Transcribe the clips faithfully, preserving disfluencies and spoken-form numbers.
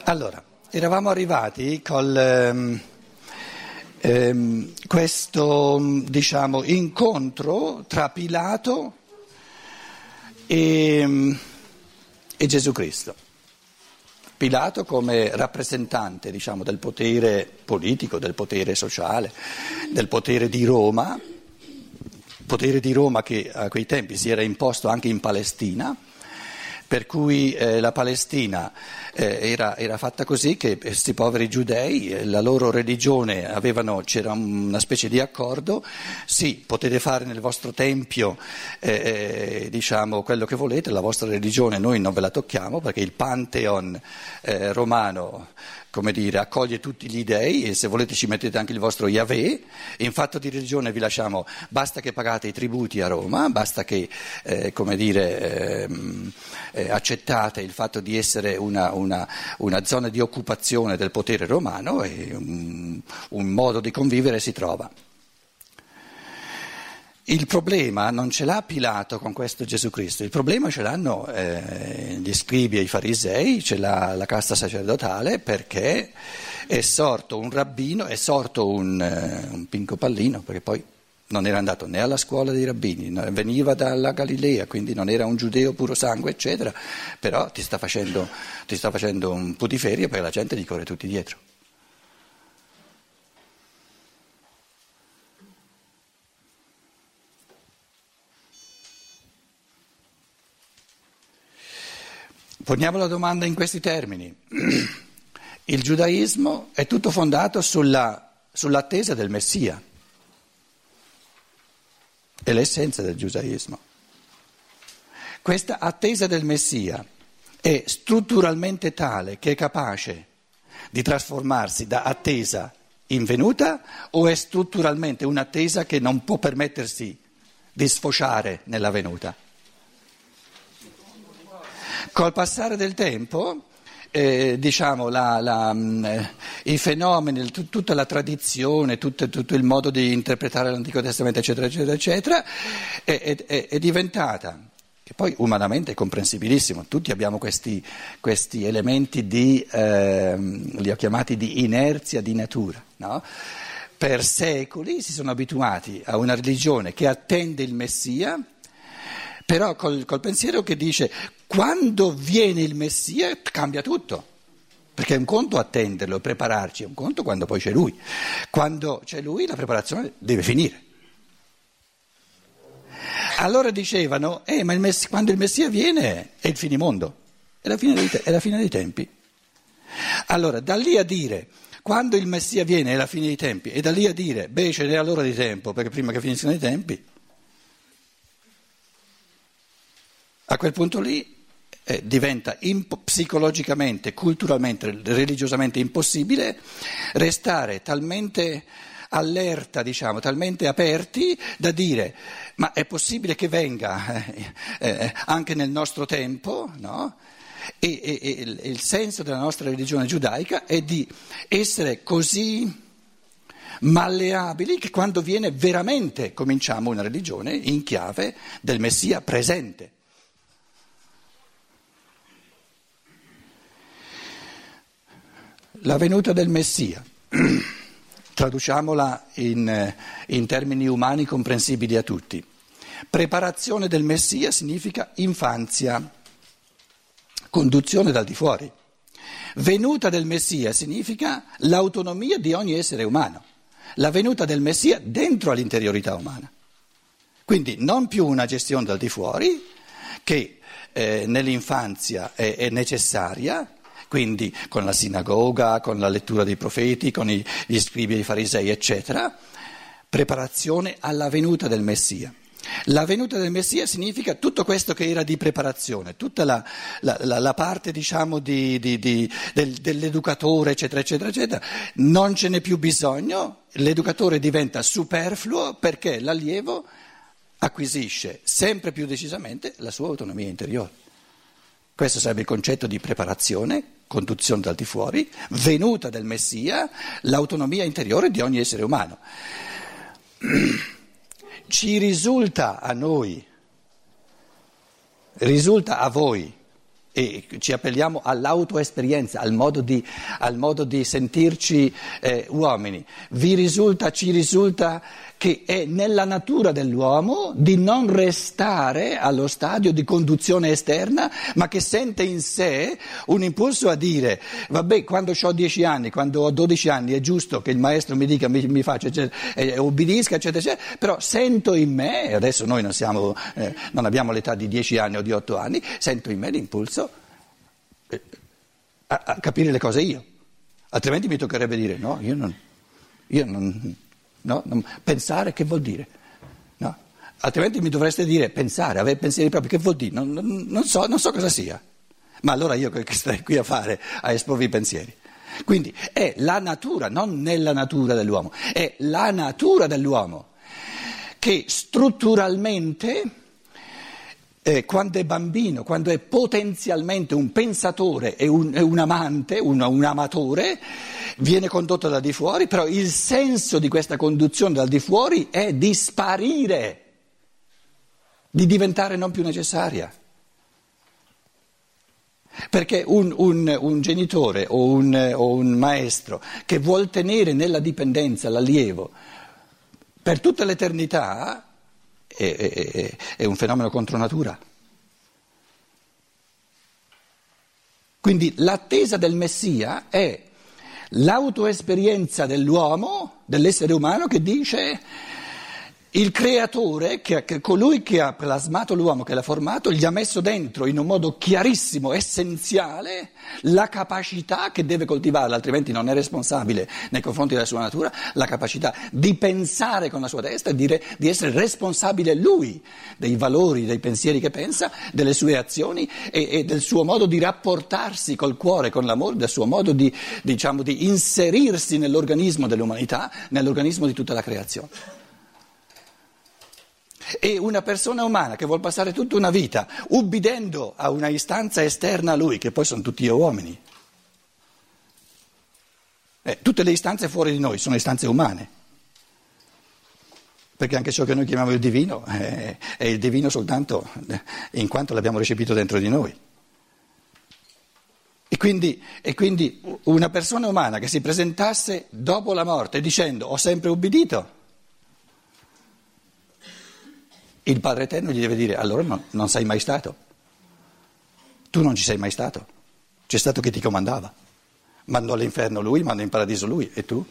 Allora, eravamo arrivati col ehm, ehm, questo, diciamo, incontro tra Pilato e, e Gesù Cristo. Pilato come rappresentante, diciamo, del potere politico, del potere sociale, del potere di Roma, potere di Roma che a quei tempi si era imposto anche in Palestina. Per cui eh, la Palestina eh, era, era fatta così che questi poveri giudei, eh, la loro religione, avevano, c'era una specie di accordo, sì, potete fare nel vostro tempio eh, eh, diciamo quello che volete, la vostra religione noi non ve la tocchiamo perché il Pantheon eh, romano, come dire, accoglie tutti gli dei e se volete ci mettete anche il vostro Yahweh, in fatto di religione vi lasciamo, basta che pagate i tributi a Roma, basta che, eh, come dire, eh, eh, accettate il fatto di essere una, una, una zona di occupazione del potere romano e un, un modo di convivere si trova. Il problema non ce l'ha Pilato con questo Gesù Cristo, il problema ce l'hanno eh, gli scribi e i farisei, ce l'ha la casta sacerdotale perché è sorto un rabbino, è sorto un, eh, un pinco pallino, perché poi non era andato né alla scuola dei rabbini, veniva dalla Galilea, quindi non era un giudeo puro sangue, eccetera, però ti sta facendo, ti sta facendo un putiferio perché la gente gli corre tutti dietro. Poniamo la domanda in questi termini. Il giudaismo è tutto fondato sulla, sull'attesa del Messia. È l'essenza del giudaismo. Questa attesa del Messia è strutturalmente tale che è capace di trasformarsi da attesa in venuta o è strutturalmente un'attesa che non può permettersi di sfociare nella venuta? Col passare del tempo, eh, diciamo, la, la, mh, i fenomeni, t- tutta la tradizione, tutto, tutto il modo di interpretare l'Antico Testamento, eccetera, eccetera, eccetera, è, è, è diventata, che poi umanamente è comprensibilissimo, tutti abbiamo questi, questi elementi di, eh, li ho chiamati di inerzia di natura, no? Per secoli si sono abituati a una religione che attende il Messia, però col, col pensiero che dice quando viene il Messia cambia tutto, perché è un conto attenderlo, prepararci, è un conto quando poi c'è Lui. Quando c'è Lui la preparazione deve finire. Allora dicevano, eh, ma il Messia, quando il Messia viene è il finimondo, è la fine dei, te- è la fine dei tempi. Allora da lì a dire quando il Messia viene è la fine dei tempi e da lì a dire beh ce n'è allora di tempo perché prima che finiscano i tempi, a quel punto lì eh, diventa imp- psicologicamente, culturalmente, religiosamente impossibile restare talmente allerta, diciamo, talmente aperti da dire ma è possibile che venga eh, eh, anche nel nostro tempo, no? E, e, e il, il senso della nostra religione giudaica è di essere così malleabili che quando viene veramente cominciamo una religione in chiave del Messia presente. La venuta del Messia, traduciamola in, in termini umani comprensibili a tutti. Preparazione del Messia significa infanzia, conduzione dal di fuori. Venuta del Messia significa l'autonomia di ogni essere umano, la venuta del Messia dentro all'interiorità umana. Quindi non più una gestione dal di fuori che eh, nell'infanzia è, è necessaria, quindi con la sinagoga, con la lettura dei profeti, con i, gli scribi e i farisei, eccetera, preparazione alla venuta del Messia. La venuta del Messia significa tutto questo che era di preparazione, tutta la, la, la, la parte, diciamo, di, di, di, del, dell'educatore, eccetera, eccetera, eccetera. Non ce n'è più bisogno, l'educatore diventa superfluo perché l'allievo acquisisce sempre più decisamente la sua autonomia interiore. Questo sarebbe il concetto di preparazione, conduzione dal di fuori, venuta del Messia, l'autonomia interiore di ogni essere umano. Ci risulta a noi, risulta a voi e ci appelliamo all'autoesperienza, al modo di, al modo di sentirci eh, uomini. Vi risulta, ci risulta che è nella natura dell'uomo di non restare allo stadio di conduzione esterna, ma che sente in sé un impulso a dire, vabbè, quando ho dieci anni, quando ho dodici anni è giusto che il maestro mi dica, mi, mi faccia, eccetera, eh, obbedisca, eccetera, eccetera, però sento in me, adesso noi non siamo, eh, non abbiamo l'età di dieci anni o di otto anni, sento in me l'impulso eh, a, a capire le cose io, altrimenti mi toccherebbe dire no, io non, io non No? Non, pensare che vuol dire? No? Altrimenti mi dovreste dire pensare, avere pensieri propri, che vuol dire? Non, non, non, so, non so cosa sia. Ma allora io che starei qui a fare, a esporvi i pensieri? Quindi è la natura, non nella natura dell'uomo, è la natura dell'uomo che strutturalmente, eh, quando è bambino, quando è potenzialmente un pensatore e un, un amante, un, un amatore, viene condotto da di fuori, però il senso di questa conduzione dal di fuori è di sparire, di diventare non più necessaria. Perché un, un, un genitore o un, o un maestro che vuol tenere nella dipendenza l'allievo per tutta l'eternità è, è, è un fenomeno contro natura. Quindi l'attesa del Messia è l'autoesperienza dell'uomo, dell'essere umano, che dice il creatore, che, che colui che ha plasmato l'uomo, che l'ha formato, gli ha messo dentro in un modo chiarissimo, essenziale, la capacità che deve coltivare, altrimenti non è responsabile nei confronti della sua natura, la capacità di pensare con la sua testa e di, re, di essere responsabile lui dei valori, dei pensieri che pensa, delle sue azioni e, e del suo modo di rapportarsi col cuore, con l'amore, del suo modo di, diciamo, di inserirsi nell'organismo dell'umanità, nell'organismo di tutta la creazione. E una persona umana che vuol passare tutta una vita ubbidendo a una istanza esterna a lui, che poi sono tutti uomini. Eh, tutte le istanze fuori di noi sono istanze umane, perché anche ciò che noi chiamiamo il divino è, è il divino soltanto in quanto l'abbiamo recepito dentro di noi. E quindi, e quindi una persona umana che si presentasse dopo la morte dicendo ho sempre ubbidito, il Padre Eterno gli deve dire, allora no, non sei mai stato, tu non ci sei mai stato, c'è stato chi ti comandava, mandò all'inferno lui, mandò in paradiso lui, e tu?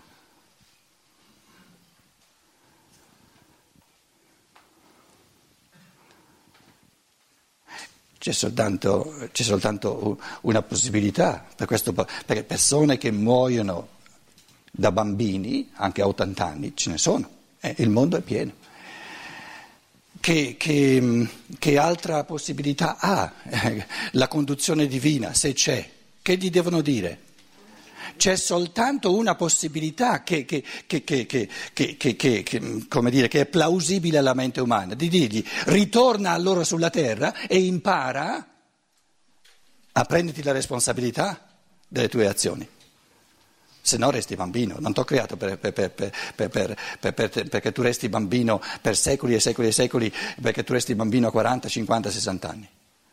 C'è soltanto, c'è soltanto una possibilità, per questo, perché persone che muoiono da bambini, anche a ottanta anni, ce ne sono, eh, il mondo è pieno. Che, che, che altra possibilità ha eh, la conduzione divina, se c'è? Che gli devono dire? C'è soltanto una possibilità che, che, che, che, che, che, che, che, che, come dire, che è plausibile alla mente umana, di dirgli ritorna allora sulla terra e impara a prenderti la responsabilità delle tue azioni. Se no resti bambino, non ti ho creato per, per, per, per, per, per, per, perché tu resti bambino per secoli e secoli e secoli, perché tu resti bambino a quaranta, cinquanta, sessanta anni.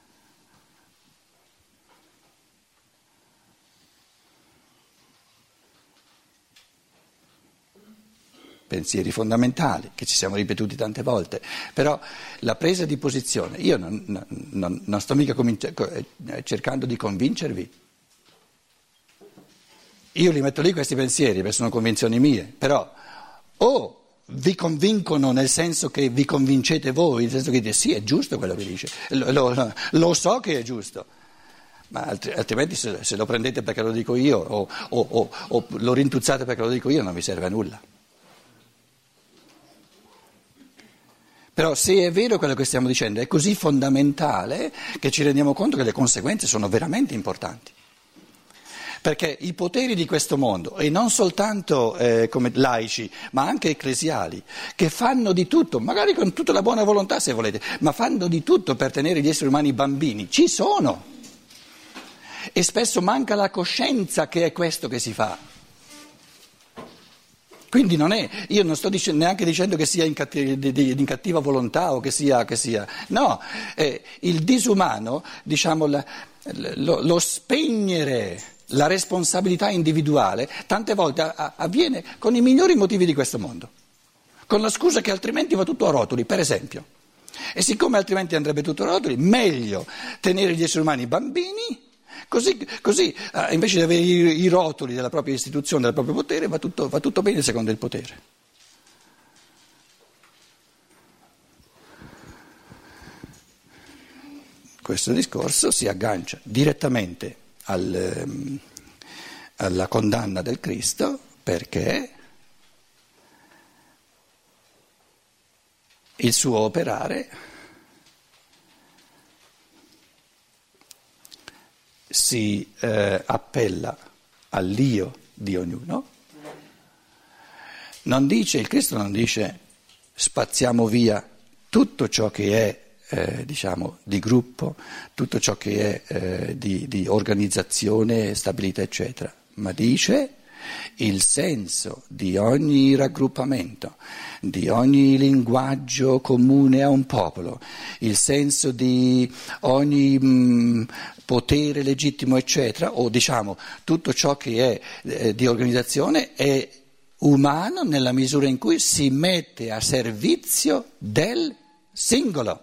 Pensieri fondamentali che ci siamo ripetuti tante volte, però la presa di posizione, io non, non, non sto mica cominci- cercando di convincervi. Io li metto lì questi pensieri, perché sono convinzioni mie, però o vi convincono nel senso che vi convincete voi, nel senso che dite sì, è giusto quello che dice, lo, lo, lo so che è giusto, ma altrimenti se, se lo prendete perché lo dico io o, o, o, o lo rintuzzate perché lo dico io non vi serve a nulla. Però se è vero quello che stiamo dicendo è così fondamentale che ci rendiamo conto che le conseguenze sono veramente importanti. Perché i poteri di questo mondo, e non soltanto eh, come laici, ma anche ecclesiali, che fanno di tutto, magari con tutta la buona volontà se volete, ma fanno di tutto per tenere gli esseri umani bambini, ci sono. E spesso manca la coscienza che è questo che si fa. Quindi non è, io non sto dic- neanche dicendo che sia in, catti- di, di, in cattiva volontà o che sia, che sia. No, eh, il disumano, diciamo, la, lo, lo spegnere la responsabilità individuale, tante volte a, a, avviene con i migliori motivi di questo mondo, con la scusa che altrimenti va tutto a rotoli, per esempio. E siccome altrimenti andrebbe tutto a rotoli, meglio tenere gli esseri umani bambini. Così, così eh, invece di avere i, i rotoli della propria istituzione, del proprio potere, va tutto, va tutto bene secondo il potere. Questo discorso si aggancia direttamente al, um, alla condanna del Cristo, perché il suo operare si eh, appella all'io di ognuno, non dice, il Cristo non dice spazziamo via tutto ciò che è eh, diciamo di gruppo, tutto ciò che è eh, di, di organizzazione, stabilità eccetera, ma dice il senso di ogni raggruppamento, di ogni linguaggio comune a un popolo, il senso di ogni mh, potere legittimo eccetera, o diciamo tutto ciò che è eh, di organizzazione è umano nella misura in cui si mette a servizio del singolo.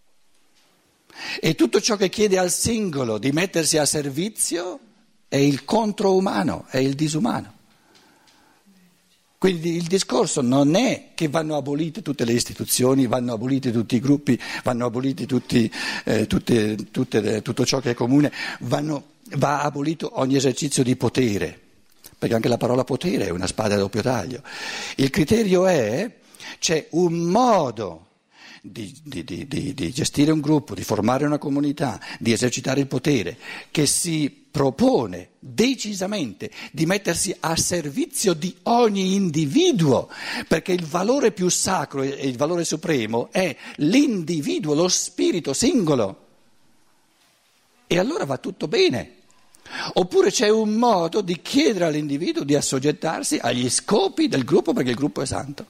E tutto ciò che chiede al singolo di mettersi a servizio è il controumano, è il disumano. Quindi il discorso non è che vanno abolite tutte le istituzioni, vanno aboliti tutti i gruppi, vanno aboliti tutti, eh, tutte, tutte, tutto ciò che è comune, vanno, va abolito ogni esercizio di potere, perché anche la parola potere è una spada a doppio taglio. Il criterio è, c'è un modo Di, di, di, di gestire un gruppo, di formare una comunità, di esercitare il potere, che si propone decisamente di mettersi a servizio di ogni individuo, perché il valore più sacro e il valore supremo è l'individuo, lo spirito singolo. E allora va tutto bene. Oppure c'è un modo di chiedere all'individuo di assoggettarsi agli scopi del gruppo, perché il gruppo è santo.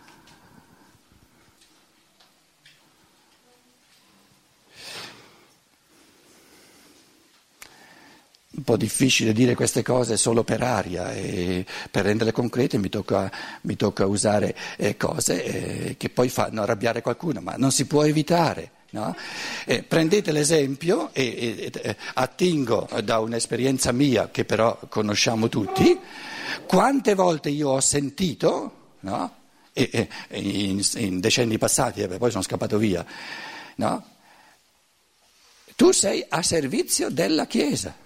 Un po' difficile dire queste cose solo per aria, e per renderle concrete mi tocca, mi tocca usare eh, cose eh, che poi fanno arrabbiare qualcuno, ma non si può evitare. No? Eh, prendete l'esempio, e, e, e attingo da un'esperienza mia che però conosciamo tutti, quante volte io ho sentito, no? e, e, in, in decenni passati, eh, poi sono scappato via, no? Tu sei a servizio della Chiesa.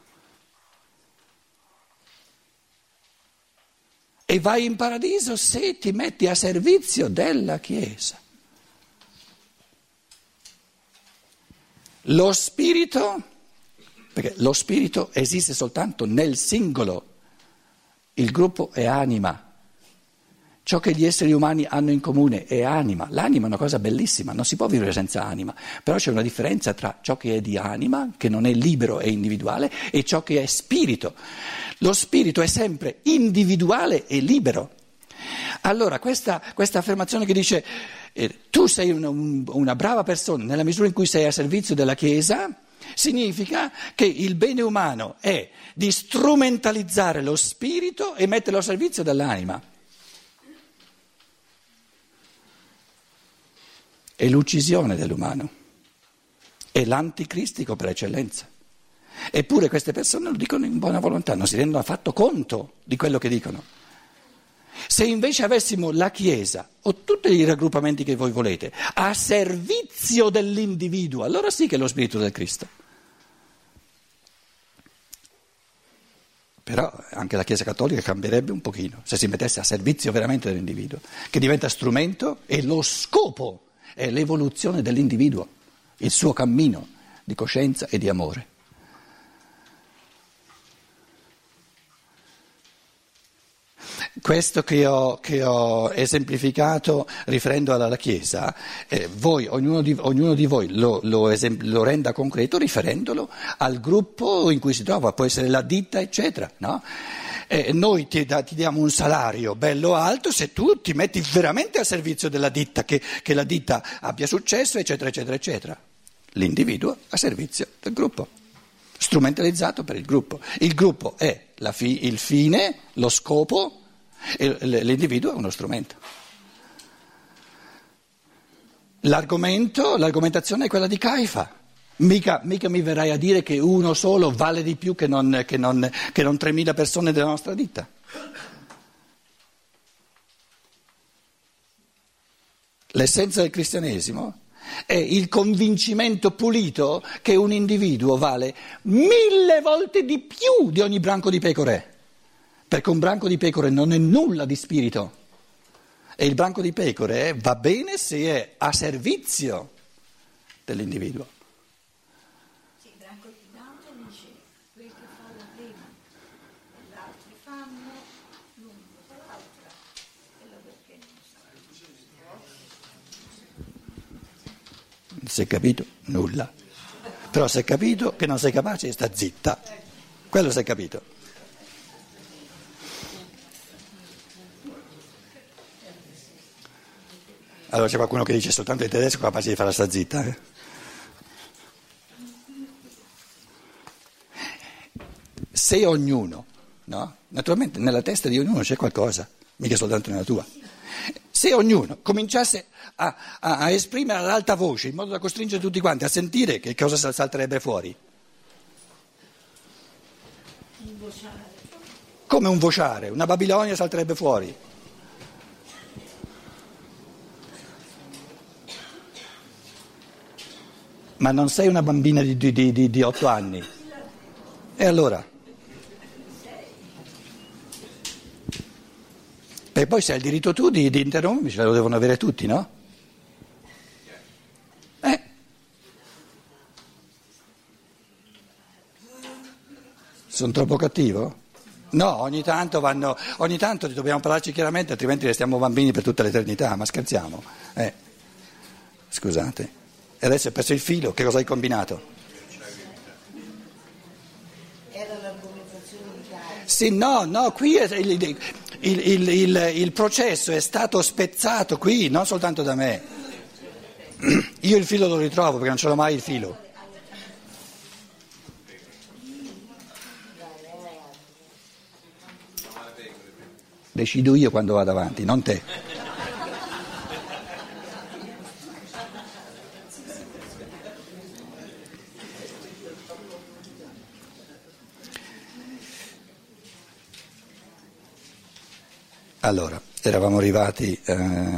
E vai in paradiso se ti metti a servizio della Chiesa. Lo spirito, perché lo spirito esiste soltanto nel singolo, il gruppo è anima. Ciò che gli esseri umani hanno in comune è anima. L'anima è una cosa bellissima, non si può vivere senza anima, però c'è una differenza tra ciò che è di anima, che non è libero e individuale, e ciò che è spirito. Lo spirito è sempre individuale e libero. Allora questa, questa affermazione che dice eh, tu sei una, un, una brava persona nella misura in cui sei a servizio della Chiesa, significa che il bene umano è di strumentalizzare lo spirito e metterlo a servizio dell'anima. È l'uccisione dell'umano, è l'anticristico per eccellenza. Eppure queste persone lo dicono in buona volontà, non si rendono affatto conto di quello che dicono. Se invece avessimo la Chiesa o tutti i raggruppamenti che voi volete a servizio dell'individuo, allora sì che è lo spirito del Cristo. Però anche la Chiesa Cattolica cambierebbe un pochino se si mettesse a servizio veramente dell'individuo, che diventa strumento e lo scopo è l'evoluzione dell'individuo, il suo cammino di coscienza e di amore. Questo che ho, che ho esemplificato riferendo alla Chiesa, eh, voi, ognuno di, ognuno di voi lo, lo, esem- lo renda concreto riferendolo al gruppo in cui si trova, può essere la ditta, eccetera, no? eh, noi ti, da, ti diamo un salario bello alto se tu ti metti veramente al servizio della ditta, che, che la ditta abbia successo, eccetera, eccetera, eccetera. L'individuo a servizio del gruppo, strumentalizzato per il gruppo. Il gruppo è la fi, il fine, lo scopo, e l'individuo è uno strumento. L'argomento, l'argomentazione è quella di Caifa. Mica, mica mi verrai a dire che uno solo vale di più che non, che non, che non tremila persone della nostra ditta. L'essenza del cristianesimo è il convincimento pulito che un individuo vale mille volte di più di ogni branco di pecore, perché un branco di pecore non è nulla di spirito e il branco di pecore va bene se è a servizio dell'individuo. Sì, il branco di Dante dice quel che fa la prima e l'altro fanno, l'uno fa l'altra e la perché non sa. Non si è capito? Nulla. Però si è capito che non sei capace di sta zitta. Quello si è capito. Allora c'è qualcuno che dice soltanto in tedesco è capace di fare sta zitta. Eh? Se ognuno, no? Naturalmente nella testa di ognuno c'è qualcosa, mica soltanto nella tua. Se ognuno cominciasse a, a, a esprimere ad alta voce, in modo da costringere tutti quanti a sentire che cosa salterebbe fuori? Un vociare. Come un vociare, una Babilonia salterebbe fuori. Ma non sei una bambina di, di, di, di otto anni. E allora? E poi se hai il diritto tu di, di interrompermi, ce lo devono avere tutti, no? Eh. Sono troppo cattivo? No, ogni tanto vanno, ogni tanto dobbiamo parlarci chiaramente, altrimenti restiamo bambini per tutta l'eternità, ma scherziamo. Eh. Scusate. E adesso hai perso il filo, che cosa hai combinato? Era l'argomentazione di Caifa. Sì, no, no, qui è il, il, il, il, il processo è stato spezzato qui, non soltanto da me. Io il filo lo ritrovo perché non ce l'ho mai il filo. Decido io quando vado avanti, non te. Allora, eravamo arrivati eh,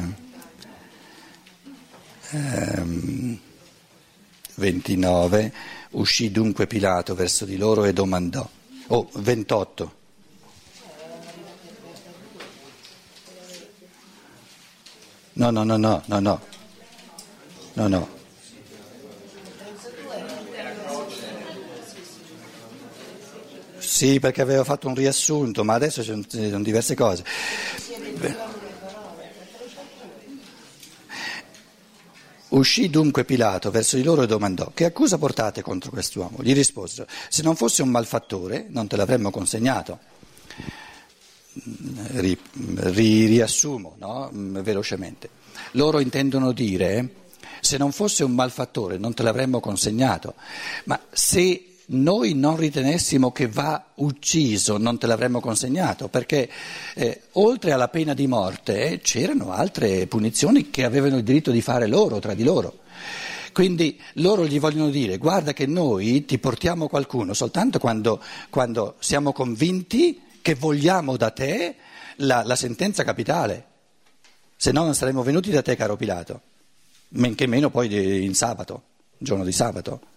ehm, ventinove, uscì dunque Pilato verso di loro e domandò, oh, ventotto. No, no, no, no, no, no, no, no. Sì, perché avevo fatto un riassunto, ma adesso ci sono diverse cose. Uscì dunque Pilato verso di loro e domandò: che accusa portate contro quest'uomo? Gli risposero: se non fosse un malfattore non te l'avremmo consegnato. Ri, ri, riassumo, no? Velocemente. Loro intendono dire: se non fosse un malfattore non te l'avremmo consegnato, ma se noi non ritenessimo che va ucciso non te l'avremmo consegnato, perché eh, oltre alla pena di morte eh, c'erano altre punizioni che avevano il diritto di fare loro, tra di loro. Quindi loro gli vogliono dire: guarda che noi ti portiamo qualcuno soltanto quando, quando siamo convinti che vogliamo da te la, la sentenza capitale, se no non saremmo venuti da te, caro Pilato, men che meno poi in sabato, giorno di sabato.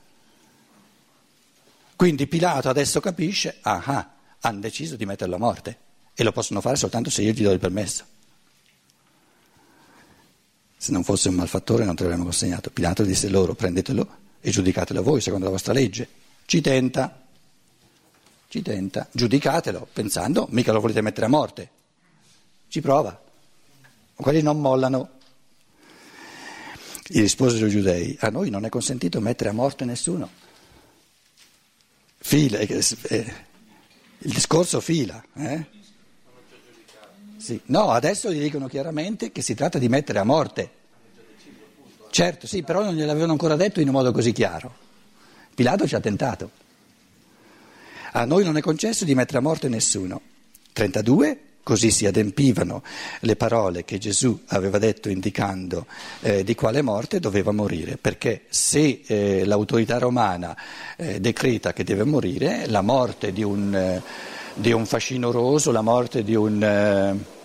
Quindi Pilato adesso capisce: ah, ah, hanno deciso di metterlo a morte e lo possono fare soltanto se io gli do il permesso. Se non fosse un malfattore non te l'avremmo consegnato. Pilato disse loro: prendetelo e giudicatelo voi secondo la vostra legge. Ci tenta, ci tenta, giudicatelo, pensando mica lo volete mettere a morte. Ci prova. Quelli non mollano. Gli risposero i giudei: a noi non è consentito mettere a morte nessuno. File, eh, Il discorso fila. Eh? Sì. No, adesso gli dicono chiaramente che si tratta di mettere a morte. Certo, sì, però non gliel'avevano ancora detto in un modo così chiaro. Pilato ci ha tentato. A noi non è concesso di mettere a morte nessuno. trentadue, così si adempivano le parole che Gesù aveva detto indicando eh, di quale morte doveva morire, perché se eh, l'autorità romana eh, decreta che deve morire, la morte di un, eh, di un facinoroso, la morte di un... Eh,